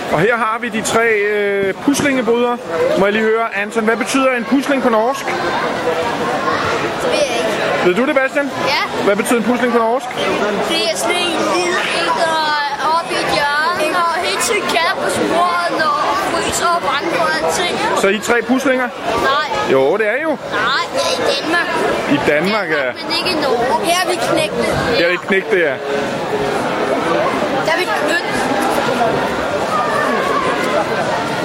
Og her har vi de 3 puslingebrydere. Må jeg lige høre, Anton, hvad betyder en pusling på norsk? Det ved jeg ikke. Ved du det, Bastian? Ja. Hvad betyder en pusling på norsk? Det er sådan en lille en, der er oppe i et hjørne, og helt til kære på sporet, og fryser og bange på alting. Så I 3 puslinger? Nej. Jo, det er jo. Nej, det er i Danmark. I Danmark, ja. Men ikke i Norge. Her er vi knægte. Her er I knægte, ja. Der er vi knyttet.